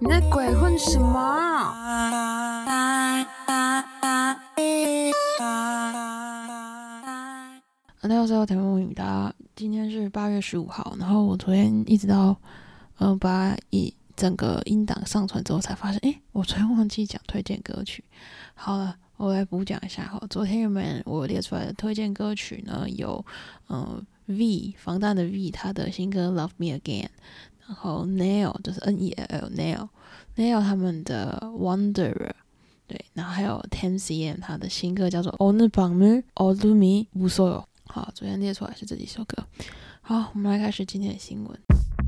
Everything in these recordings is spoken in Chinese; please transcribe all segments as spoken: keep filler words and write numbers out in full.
你在鬼混什么？大家好，台湾语达，今天是八月十五号，然后我昨天一直到呃把一整个音档上传之后，才发现，诶，我昨天忘记讲推荐歌曲。好了，我来补讲一下哈。昨天原本我列出来的推荐歌曲呢，有呃 V 防弹的 V 他的新歌 Love Me Again， 然后 Nail 就是 N E L L Nail Nail 他们的 Wanderer。对，然后还有 ten C M 他的新歌叫做 오늘 밤을 어둠이 무서워。好，昨天列出来是这几首歌。好，我们来开始今天的新闻。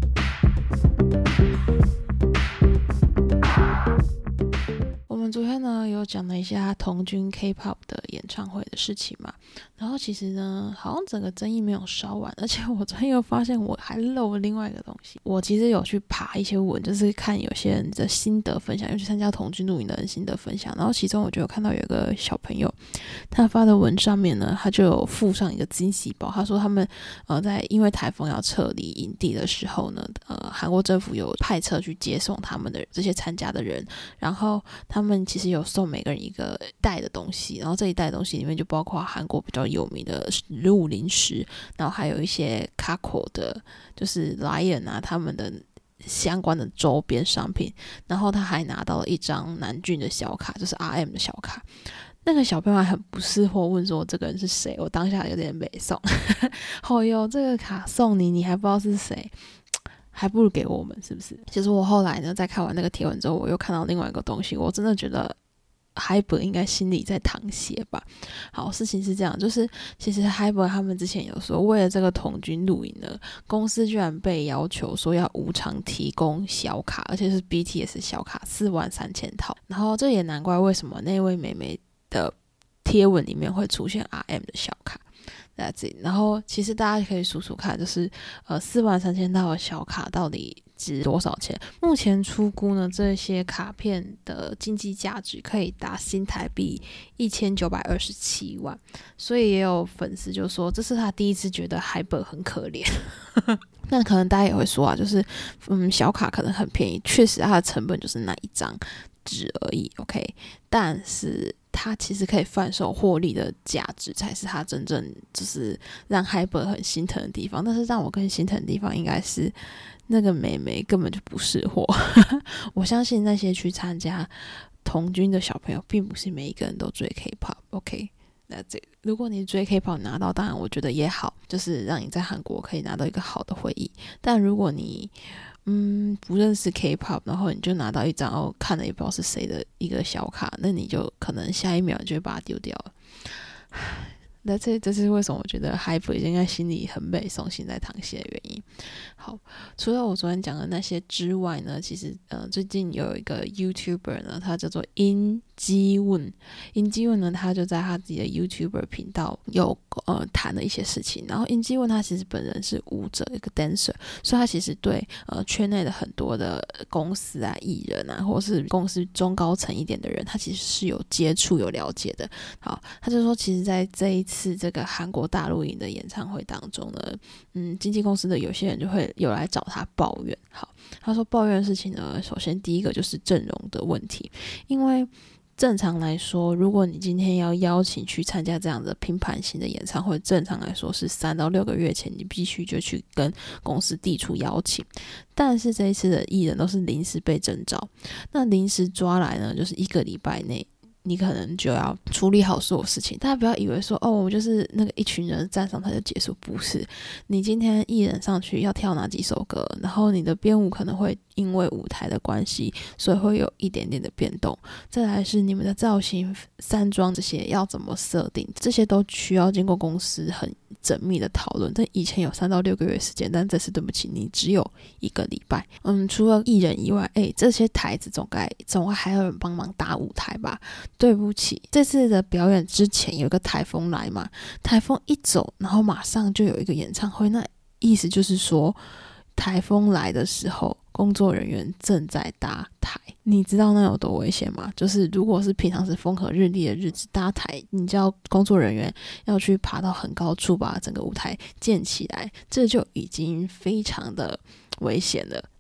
我们昨天呢有讲了一下童军 K-pop 的演唱会的事情嘛，然后其实呢好像整个争议没有烧完，而且我昨天又发现我还漏了另外一个东西。我其实有去爬一些文，就是看有些人的心得分享，尤其参加童军露营的人心得分享，然后其中我就有看到有一个小朋友他发的文上面呢，他就有附上一个惊喜包，他说他们呃在因为台风要撤离营地的时候呢，呃韩国政府有派车去接送他们的这些参加的人，然后他们其实有送每个人一个袋的东西，然后这一袋东西里面就包括韩国比较有名的食物零食，然后还有一些 Kako 的就是 Lion 啊他们的相关的周边商品，然后他还拿到了一张南俊的小卡，就是 R M 的小卡。那个小朋友还很不识货问说这个人是谁，我当下有点没送哦哟，这个卡送你你还不知道是谁，还不如给我们，是不是？其实我后来呢在看完那个贴文之后，我又看到另外一个东西，我真的觉得Hyber 应该心里在淌血吧。好，事情是这样，就是其实 Hyber 他们之前有说，为了这个童军露营呢，公司居然被要求说要无偿提供小卡，而且是 B T S 小卡四万三千套。然后这也难怪为什么那位妹妹的贴文里面会出现 R M 的小卡。That's it. 然后其实大家可以数数看，就是呃四万三千套的小卡到底值多少钱？目前初估呢，这些卡片的经济价值可以达新台币一千九百二十七万，所以也有粉丝就说这是他第一次觉得Hyber很可怜。那可能大家也会说啊，就是嗯小卡可能很便宜，确实它的成本就是那一张纸而已 ，OK， 但是它其实可以贩售获利的价值才是它真正就是让 Hyber 很心疼的地方。但是让我更心疼的地方应该是那个妹妹根本就不识货。我相信那些去参加童军的小朋友并不是每一个人都追 K-pop， OK， 那这如果你追 K-pop 拿到，当然我觉得也好，就是让你在韩国可以拿到一个好的回忆。但如果你嗯，不认识 K-pop， 然后你就拿到一张哦，看了也不知道是谁的一个小卡，那你就可能下一秒就会把它丢掉了。那这这是为什么我觉得 Hyber 应该心里很美送心在淌血的原因。好，除了我昨天讲的那些之外呢，其实呃最近有一个 YouTuber 呢，他叫做 In Ji-woon。In Ji-woon 呢，他就在他自己的 YouTuber 频道有呃谈了一些事情。然后 In Ji-woon 他其实本人是舞者，一个 dancer， 所以他其实对呃圈内的很多的公司啊、艺人啊，或是公司中高层一点的人，他其实是有接触、有了解的。好，他就说，其实在这一次这个韩国大陆营的演唱会当中呢，嗯，经纪公司的有些人就会有来找他抱怨。好，他说抱怨的事情呢，首先第一个就是阵容的问题，因为正常来说，如果你今天要邀请去参加这样的拼盘型的演唱会，正常来说是三到六个月前你必须就去跟公司递出邀请。但是这一次的艺人都是临时被征召，那临时抓来呢，就是一个礼拜内你可能就要处理好所有事情。大家不要以为说哦，我就是那个一群人站上台就结束，不是。你今天艺人上去要跳哪几首歌，然后你的编舞可能会因为舞台的关系，所以会有一点点的变动。再来是你们的造型、山妆这些要怎么设定，这些都需要经过公司很缜密的讨论。但以前有三到六个月时间，但这次对不起，你只有一个礼拜。嗯，除了艺人以外，哎，这些台子总该总该还有人帮忙搭舞台吧？对不起，这次的表演之前有一个台风来嘛，台风一走，然后马上就有一个演唱会，那意思就是说，台风来的时候，工作人员正在搭台。你知道那有多危险吗？就是如果是平常是风和日丽的日子，搭台你叫工作人员要去爬到很高处把整个舞台建起来，这就已经非常的危险了。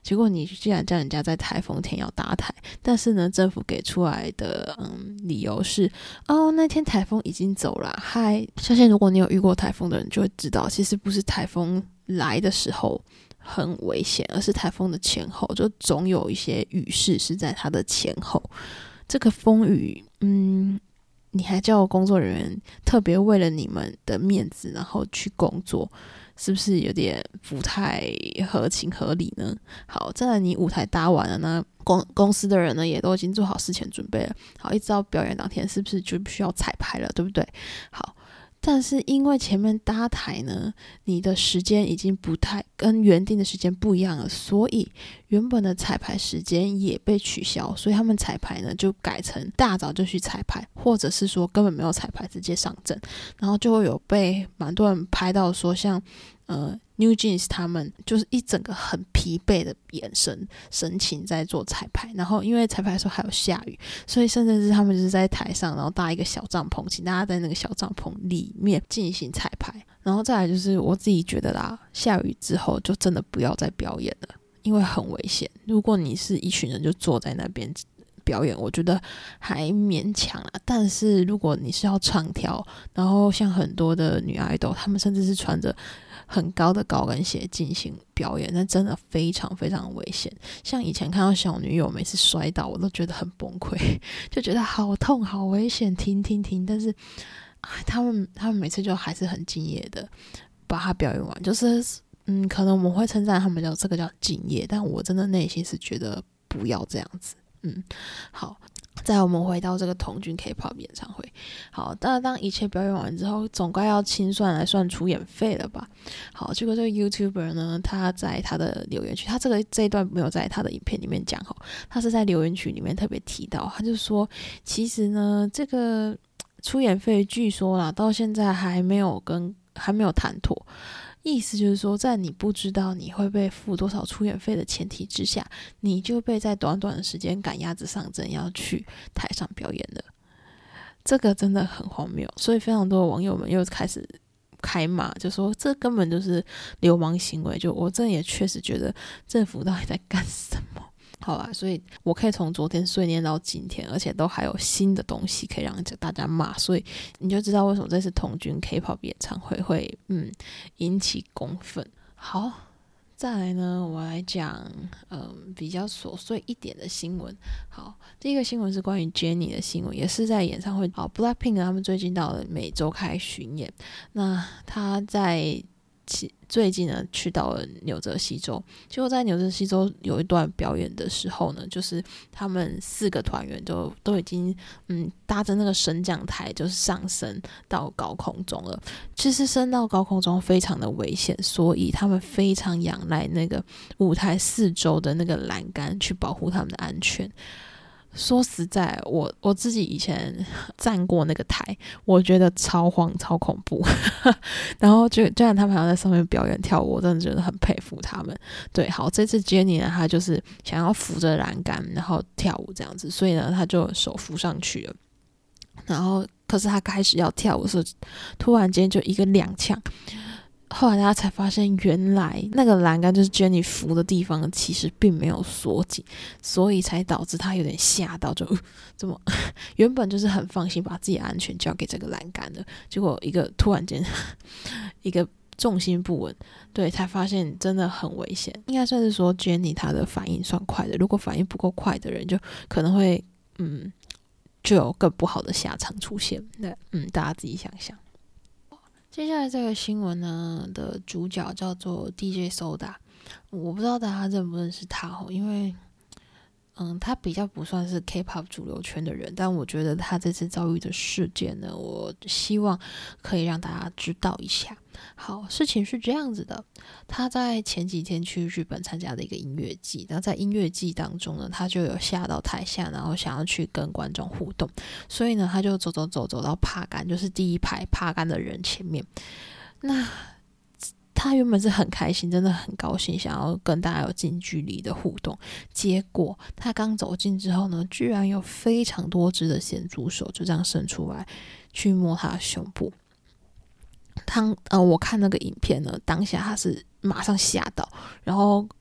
结果你既然叫人家在台风天要搭台，但是呢，政府给出来的嗯理由是，哦，那天台风已经走了。嗨，相信如果你有遇过台风的人就会知道，其实不是台风来的时候很危险，而是台风的前后，就总有一些雨势是在它的前后。这个风雨，嗯。你还叫工作人员特别为了你们的面子然后去工作，是不是有点不太合情合理呢？好，再来你舞台搭完了呢，公公司的人呢也都已经做好事前准备了，好，一直到表演当天是不是就需要彩排了，对不对？好，但是因为前面搭台呢，你的时间已经不太跟原定的时间不一样了，所以原本的彩排时间也被取消，所以他们彩排呢就改成大早就去彩排，或者是说根本没有彩排直接上阵，然后就会有被蛮多人拍到说像呃 New Jeans 他们就是一整个很疲惫的眼神神情在做彩排，然后因为彩排的时候还有下雨，所以甚至是他们就是在台上然后搭一个小帐篷，请大家在那个小帐篷里面进行彩排。然后再来就是我自己觉得啦，下雨之后就真的不要再表演了，因为很危险。如果你是一群人就坐在那边表演，我觉得还勉强啦，但是如果你是要唱跳，然后像很多的女爱豆，她们甚至是穿着很高的高跟鞋进行表演，那真的非常非常危险。像以前看到小女友每次摔倒我都觉得很崩溃，就觉得好痛好危险，停停停，但是他们他们每次就还是很敬业的把它表演完，就是嗯，可能我们会称赞他们叫这个叫敬业，但我真的内心是觉得不要这样子。嗯，好，再来我们回到这个童军 K-pop 演唱会。好，当然当一切表演完之后，总该要清算来算出演费了吧？好，结果这个 YouTuber 呢，他在他的留言区，他这个这一段没有在他的影片里面讲哈，他是在留言区里面特别提到，他就说，其实呢，这个出演费据说啦，到现在还没有跟还没有谈妥。意思就是说，在你不知道你会被付多少出演费的前提之下，你就被在短短的时间赶鸭子上阵要去台上表演了，这个真的很荒谬。所以非常多的网友们又开始开骂，就说这根本就是流氓行为。就我真的也确实觉得政府到底在干什么。好啦，所以我可以从昨天碎念到今天，而且都还有新的东西可以让大家骂，所以你就知道为什么这次童军 K-pop 演唱会会嗯引起公愤。好，再来呢，我来讲嗯比较琐碎一点的新闻。好，第一个新闻是关于 Jennie 的新闻，也是在演唱会。好 ，Blackpink 他们最近到了美洲开巡演，那他在最近呢去到了纽泽西州，结果在纽泽西州有一段表演的时候呢，就是他们四个团员都都已经嗯搭着那个升降台就是上升到高空中了。其实升到高空中非常的危险，所以他们非常仰赖那个舞台四周的那个栏杆去保护他们的安全。说实在，我我自己以前站过那个台，我觉得超晃超恐怖然后就居然他们还要在上面表演跳舞，我真的觉得很佩服他们。对，好，这次 Jennie 呢，她就是想要扶着栏杆然后跳舞这样子，所以呢她就手扶上去了，然后可是她开始要跳舞的时候，突然间就一个踉跄，后来大家才发现，原来那个栏杆就是 Jennie 扶的地方，其实并没有锁紧，所以才导致他有点吓到，就、呃、怎么原本就是很放心把自己的安全交给这个栏杆的，结果一个突然间一个重心不稳，对，才发现真的很危险。应该算是说 Jennie 她的反应算快的，如果反应不够快的人，就可能会嗯就有更不好的下场出现。对，嗯，大家自己想想。接下来这个新闻呢的主角叫做 D J Soda， 我不知道大家认不认识他哦，因为嗯，他比较不算是 K-pop 主流圈的人，但我觉得他这次遭遇的事件呢，我希望可以让大家知道一下。好，事情是这样子的，他在前几天去日本参加的一个音乐季，然后在音乐季当中呢，他就有下到台下，然后想要去跟观众互动，所以呢，他就走走走走到趴杆，就是第一排趴杆的人前面。那他原本是很开心，真的很高兴，想要跟大家有近距离的互动。结果他刚走近之后呢，居然有非常多只的咸猪手就这样伸出来去摸他的胸部。他呃，我看那个影片呢，当下他是马上吓到，然后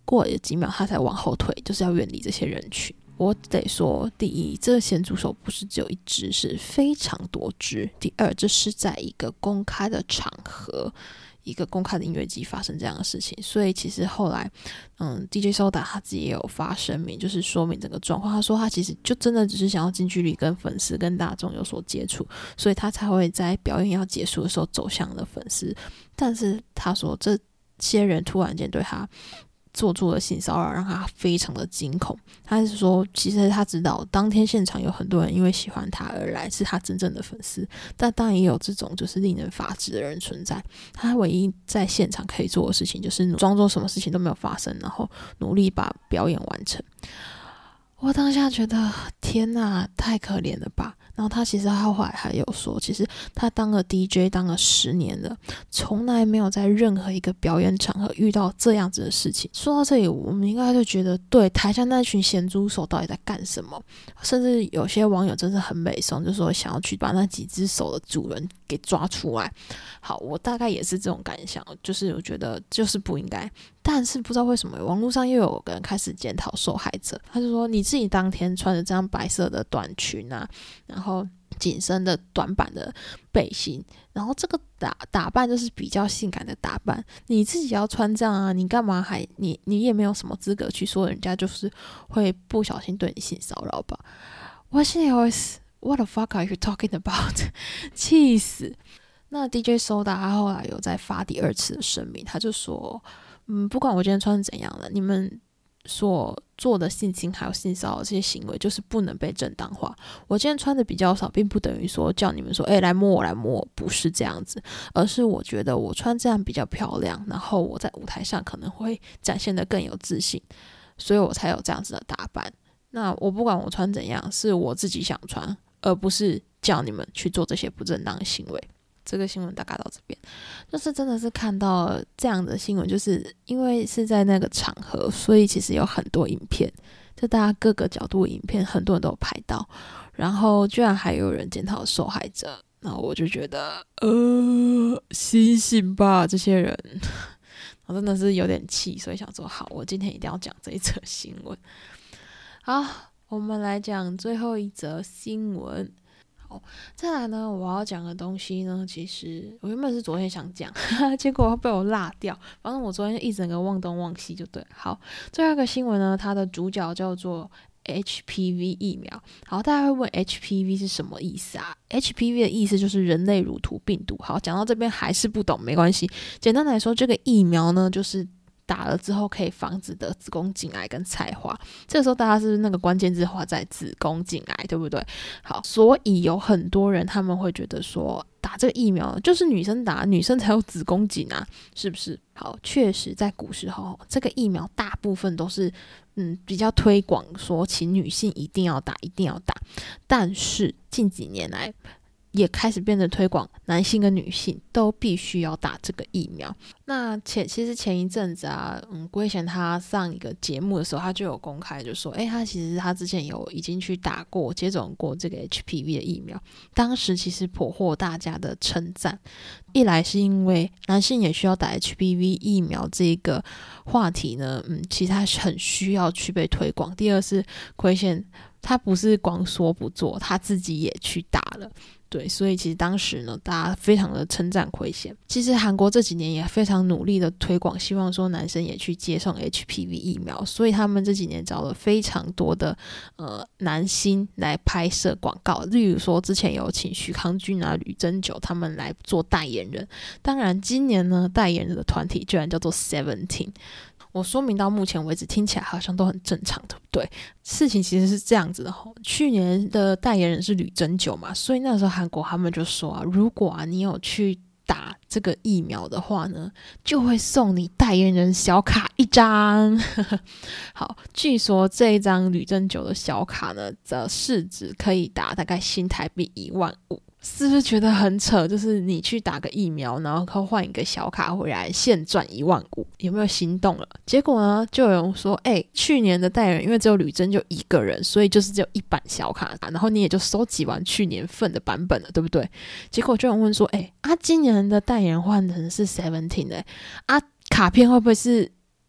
过了几秒他才往后退，就是要远离这些人群。我得说，第一，这个咸猪手不是只有一只，是非常多只。第二，这是在一个公开的场合，一个公开的音乐季发生这样的事情，所以其实后来嗯 D J Soda 他自己也有发声明，就是说明整个状况。他说他其实就真的只是想要近距离跟粉丝跟大众有所接触，所以他才会在表演要结束的时候走向了粉丝。但是他说这些人突然间对他做出了性骚扰，让他非常的惊恐。他是说其实他知道当天现场有很多人因为喜欢他而来，是他真正的粉丝，但当然也有这种就是令人发指的人存在。他唯一在现场可以做的事情就是装作什么事情都没有发生，然后努力把表演完成。我当下觉得天哪，太可怜了吧。然后他其实后来还有说，其实他当了 D J 当了十年了，从来没有在任何一个表演场合遇到这样子的事情。说到这里，我们应该就觉得对台下那群咸猪手到底在干什么，甚至有些网友真的很美颂，就说想要去把那几只手的主人给抓出来。好，我大概也是这种感想，就是我觉得就是不应该。但是不知道为什么网络上又有人开始检讨受害者，他就说你自己当天穿着这样白色的短裙啊，然后紧身的短版的背心，然后这个打打扮就是比较性感的打扮，你自己要穿这样啊，你干嘛还你你也没有什么资格去说人家就是会不小心对你性骚扰吧。我心里会 What the fuck are you talking about 气死。那 D J Soda 他后来有在发第二次的声明，他就说嗯，不管我今天穿怎样了，你们所做的性侵还有性骚扰这些行为就是不能被正当化。我今天穿的比较少，并不等于说叫你们说诶来摸我来摸我，不是这样子，而是我觉得我穿这样比较漂亮，然后我在舞台上可能会展现得更有自信，所以我才有这样子的打扮。那我不管我穿怎样，是我自己想穿，而不是叫你们去做这些不正当的行为。这个新闻大概到这边，就是真的是看到这样的新闻，就是因为是在那个场合，所以其实有很多影片，就大家各个角度的影片，很多人都有拍到，然后居然还有人检讨受害者，然后我就觉得呃，醒醒吧这些人，我真的是有点气，所以想说好，我今天一定要讲这一则新闻。好，我们来讲最后一则新闻。好，再来呢，我要讲的东西呢，其实我原本是昨天想讲，结果被我落掉。反正我昨天一整个忘东忘西就对。好，最后一个新闻呢，它的主角叫做 H P V 疫苗。好，大家会问 H P V 是什么意思啊？ H P V 的意思就是人类乳头病毒。好，讲到这边还是不懂没关系，简单来说，这个疫苗呢，就是打了之后可以防止得子宫颈癌跟菜花。这个时候大家是不是那个关键字画在子宫颈癌，对不对？好，所以有很多人他们会觉得说打这个疫苗就是女生打，女生才有子宫颈啊，是不是？好，确实在古时候这个疫苗大部分都是嗯比较推广说请女性一定要打一定要打，但是近几年来也开始变得推广男性跟女性都必须要打这个疫苗。那前其实前一阵子啊，嗯，郭以贤他上一个节目的时候，他就有公开就说，诶，他其实他之前有已经去打过接种过这个 H P V 的疫苗，当时其实颇获大家的称赞。一来是因为男性也需要打 H P V 疫苗这个话题呢，嗯，其实他很需要去被推广。第二是郭以贤他不是光说不做，他自己也去打了。对，所以其实当时呢，大家非常的称赞奎贤。其实韩国这几年也非常努力的推广，希望说男生也去接种 H P V 疫苗，所以他们这几年找了非常多的呃男星来拍摄广告，例如说之前有请徐康俊啊、吕珍九他们来做代言人。当然，今年呢，代言人的团体居然叫做 Seventeen。我说明到目前为止听起来好像都很正常，对不对？事情其实是这样子的，去年的代言人是吕珍九嘛，所以那时候韩国他们就说啊，如果啊你有去打这个疫苗的话呢，就会送你代言人小卡一张。好，据说这一张吕珍九的小卡呢的市值可以达大概新台币一万五。是不是觉得很扯？就是你去打个疫苗，然后换一个小卡回来，现赚一万五，有没有心动了？结果呢，就有人说，哎、欸，去年的代言人因为只有吕珍就一个人，所以就是只有一版小卡，然后你也就收集完去年份的版本了，对不对？结果就有人问说，哎、欸，啊，今年的代言人换成是 Seventeen 哎、欸，啊，卡片会不会是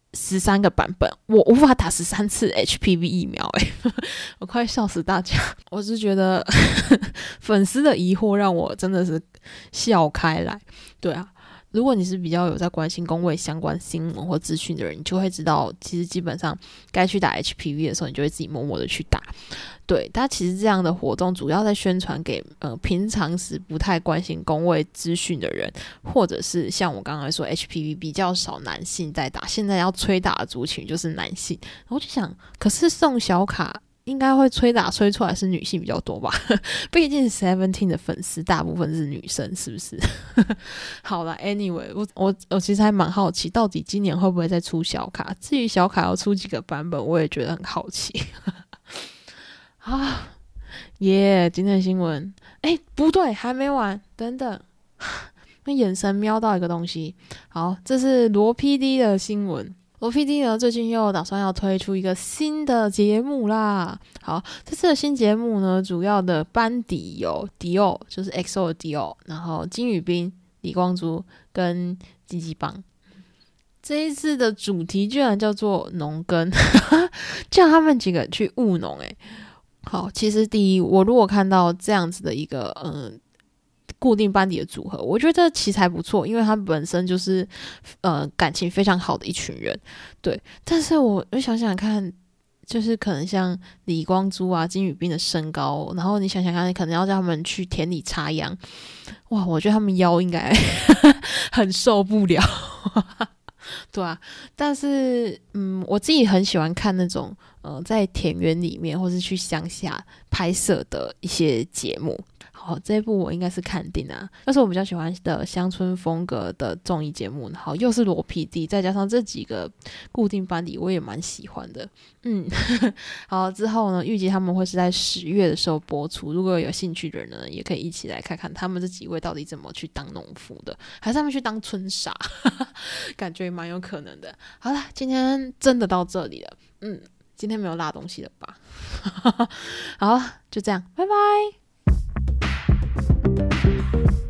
十三个版本，我无法打十三次 H P V 疫苗欸我快笑死大家。我是觉得粉丝的疑惑让我真的是笑开来。对啊，如果你是比较有在关心公卫相关新闻或资讯的人，你就会知道其实基本上该去打 H P V 的时候，你就会自己默默的去打。对，它其实这样的活动主要在宣传给呃平常时不太关心公卫资讯的人，或者是像我刚才说 H P V 比较少男性在打，现在要催打的族群就是男性。然后我就想，可是送小卡应该会催打催出来是女性比较多吧毕竟 Seventeen 的粉丝大部分是女生，是不是好啦 anyway 我, 我, 我其实还蛮好奇到底今年会不会再出小卡，至于小卡要出几个版本我也觉得很好奇啊耶、yeah, 今天的新闻诶不对还没完，等等那眼神瞄到一个东西。好，这是罗 P D 的新闻。罗 P D 呢最近又打算要推出一个新的节目啦。好，这次的新节目呢主要的班底有迪奥，就是 X O 的迪奥，然后金宇彬、李光洙跟鸡鸡棒。这一次的主题居然叫做农耕叫他们几个去务农欸。好，其实第一，我如果看到这样子的一个嗯固定班底的组合，我觉得其实还不错，因为他本身就是呃感情非常好的一群人。对，但是我就想想看，就是可能像李光洙啊、金宇彬的身高，然后你想想看，可能要叫他们去田里插秧，哇，我觉得他们腰应该很受不了对啊，但是嗯，我自己很喜欢看那种呃在田园里面或是去乡下拍摄的一些节目。好，这一部我应该是看定啊，但是我比较喜欢的乡村风格的综艺节目，然后又是罗 P D， 再加上这几个固定班底，我也蛮喜欢的。嗯，好，之后呢，预计他们会是在十月的时候播出，如果有兴趣的人呢，也可以一起来看看他们这几位到底怎么去当农夫的，还是他们去当村傻，感觉蛮有可能的。好啦，今天真的到这里了，嗯，今天没有落东西了吧？好，就这样，拜拜。